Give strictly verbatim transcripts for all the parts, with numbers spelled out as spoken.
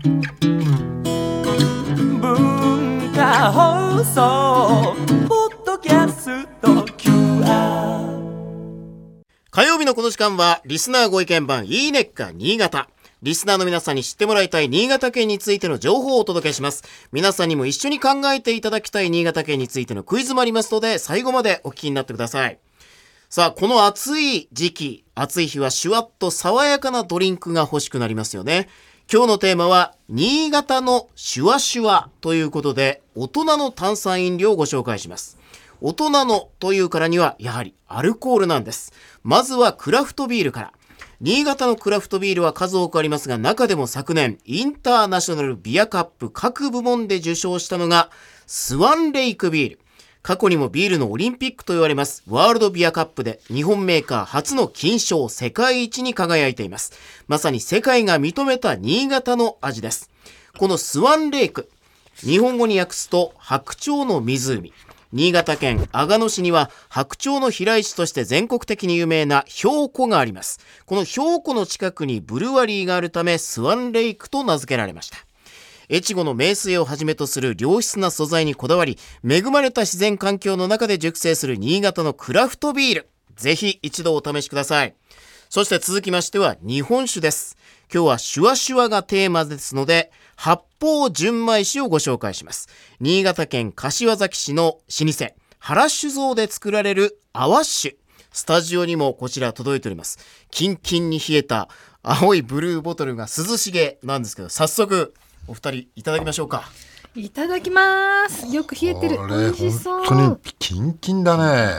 文化放送ポッドキャスト キューアール。 火曜日のこの時間はリスナーご意見番いいねっか新潟。リスナーの皆さんに知ってもらいたい新潟県についての情報をお届けします。皆さんにも一緒に考えていただきたい新潟県についてのクイズもありますので、最後までお聞きになってください。さあ、この暑い時期、暑い日はシュワッと爽やかなドリンクが欲しくなりますよね。今日のテーマは新潟のシュワシュワということで、大人の炭酸飲料をご紹介します。大人のというからにはやはりアルコールなんです。まずはクラフトビールから。新潟のクラフトビールは数多くありますが、中でも昨年インターナショナルビアカップ各部門で受賞したのがスワンレイクビール。過去にもビールのオリンピックと言われますワールドビアカップで日本メーカー初の金賞世界一に輝いています。まさに世界が認めた新潟の味です。このスワンレイク、日本語に訳すと白鳥の湖。新潟県阿賀野市には白鳥の飛来地として全国的に有名な瓢湖があります。この瓢湖の近くにブルワリーがあるためスワンレイクと名付けられました。越後の名水をはじめとする良質な素材にこだわり、恵まれた自然環境の中で熟成する新潟のクラフトビール、ぜひ一度お試しください。そして続きましては日本酒です。今日はシュワシュワがテーマですので、八方純米酒をご紹介します。新潟県柏崎市の老舗原酒造で作られる泡酒、スタジオにもこちら届いております。キンキンに冷えた青いブルーボトルが涼しげなんですけど、早速お二人いただきましょうか。 いただきます。よく冷えてる。美味しそう。 本当にキンキンだね。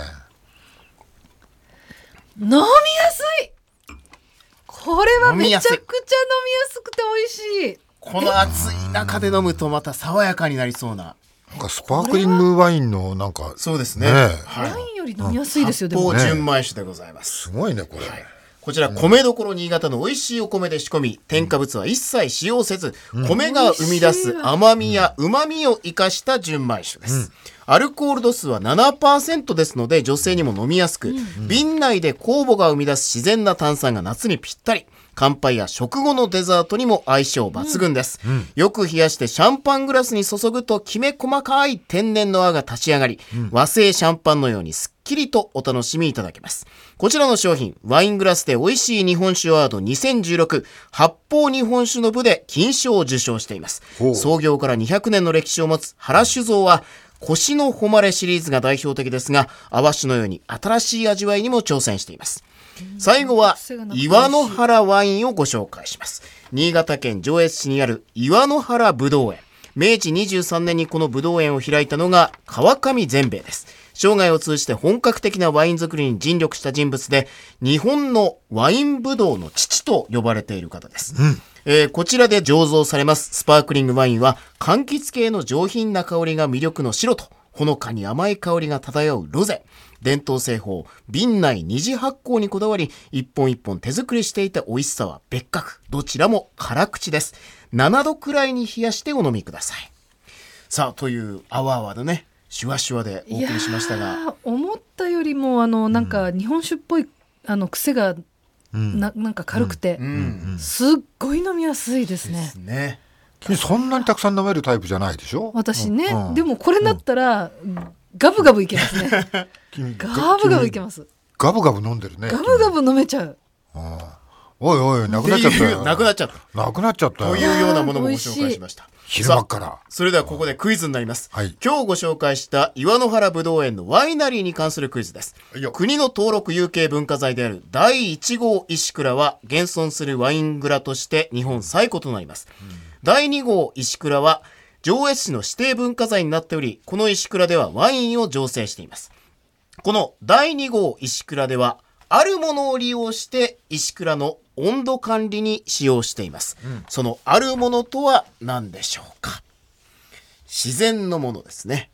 飲みやすい。これはめちゃくちゃ飲みやすくて美味しい。 この暑い中で飲むとまた爽やかになりそうな、 なんかスパークリングワインのなんかそうですね、 ね、 ワインより飲みやすいですよ。でも八方純米酒でございます。 すごいねこれ、はい、 こちら米どころ新潟の美味しいお米で仕込み、添加物は一切使用せず、うん、米が生み出す甘みや旨みを生かした純米酒です、うん、アルコール度数は ななパーセント ですので女性にも飲みやすく、うん、瓶内で酵母が生み出す自然な炭酸が夏にぴったり、乾杯や食後のデザートにも相性抜群です、うん、よく冷やしてシャンパングラスに注ぐときめ細かい天然の泡が立ち上がり、うん、和製シャンパンのようにすっきりとお楽しみいただけます。こちらの商品、ワイングラスで美味しい日本酒アワードにせんじゅうろく八方日本酒の部で金賞を受賞しています。創業からにひゃくねんの歴史を持つ原酒造は腰の誉れシリーズが代表的ですが、泡酒のように新しい味わいにも挑戦しています。最後は岩の原ワインをご紹介します。新潟県上越市にある岩の原ぶどう園、めいちにじゅうさんねんにこのぶどう園を開いたのが川上善兵衛です。生涯を通じて本格的なワイン作りに尽力した人物で、日本のワインぶどうの父と呼ばれている方です、うんえー、こちらで醸造されますスパークリングワインは柑橘系の上品な香りが魅力の白と、ほのかに甘い香りが漂うロゼ、伝統製法瓶内二次発酵にこだわり、一本一本手作りしていて美味しさは別格、どちらも辛口です。ななどくらいに冷やしてお飲みください。さあ、というあわあわのねシュワシュワでお送りしましたが、 思ったよりもあのなんか日本酒っぽいあの癖が な, なんか軽くて、うんうんうん、すっごい飲みやすいですね。ですね。 君そんなにたくさん飲めるタイプじゃないでしょ。 私ね、うん、でもこれだったら、うん、ガブガブいけますねガブガブいけます。 ガブガブ飲んでるね。 ガブガブ飲めちゃう。 ああ、おいおい、なくなっちゃったよ。 なくなっちゃったなくなっちゃったよというようなものもご紹介しました。 昼間から。 それではここでクイズになります、 はい、 今日ご紹介した岩の原ぶどう園のワイナリーに関するクイズです。国の登録有形文化財であるだいいち号石蔵は現存するワイン蔵として日本最古となります、うん、だいに号石蔵は上越市の指定文化財になっており、この石蔵ではワインを醸成しています。このだいに号石蔵ではあるものを利用して石蔵の温度管理に使用しています、うん、そのあるものとは何でしょうか。自然のものですね。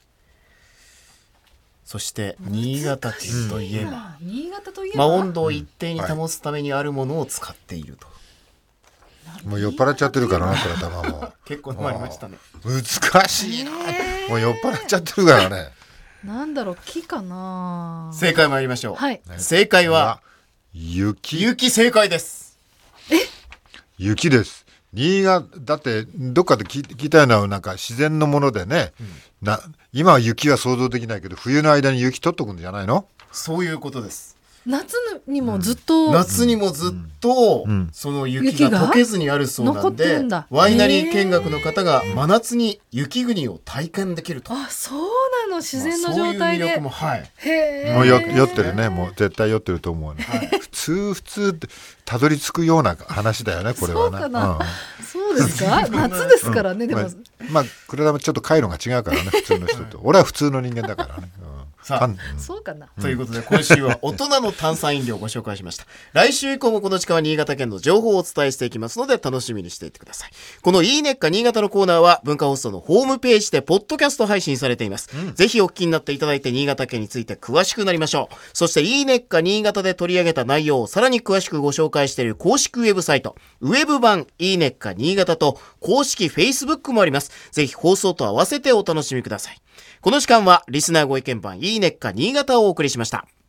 そして新潟県といえば、 新潟といえば、 まあ、温度を一定に保つためにあるものを使っていると、 うん、もう酔っ払っちゃってるからな、これ頭も結構飲まれましたね。 難しいな、えー、もう酔っ払っちゃってるからね。 なんだろう、木かな。 正解参りましょう、 はい、 正解は雪。 雪、正解です。 え、 雪です。 新潟だってどっかで聞い聞いたようななんか自然のものでね、うん、な今は雪は想像できないけど冬の間に雪取っとくんじゃないの？ そういうことです。 夏にもずっと、 うん、夏にもずっと、うん、その雪が溶けずにあるそうなんで、んワイナリー見学の方が真夏に雪国を体験できると。 あ、そうなの、自然の状態で、まあ、そういう魅力も、 はい、 へもうよ酔ってるね、もう絶対酔ってると思うね、はい、普通普通ってたどり着くような話だよねこれはね。 そうかな、うん、そうですか夏ですからね、うん、でも、 まあ倉田もちょっと回路が違うからね普通の人と俺は普通の人間だからね、うんさあ、うん、そうかな。 ということで今週は大人の炭酸飲料をご紹介しました。来週以降もこの時間は新潟県の情報をお伝えしていきますので楽しみにしていてください。このいいねっか新潟のコーナーは文化放送のホームページでポッドキャスト配信されています、うん、ぜひお聞きになっていただいて新潟県について詳しくなりましょう。そしていいねっか新潟で取り上げた内容をさらに詳しくご紹介している公式ウェブサイトウェブ版いいねっか新潟と公式 Facebook もあります。ぜひ放送と合わせてお楽しみください。この時間はリスナーご意見番いいねっか新潟をお送りしました。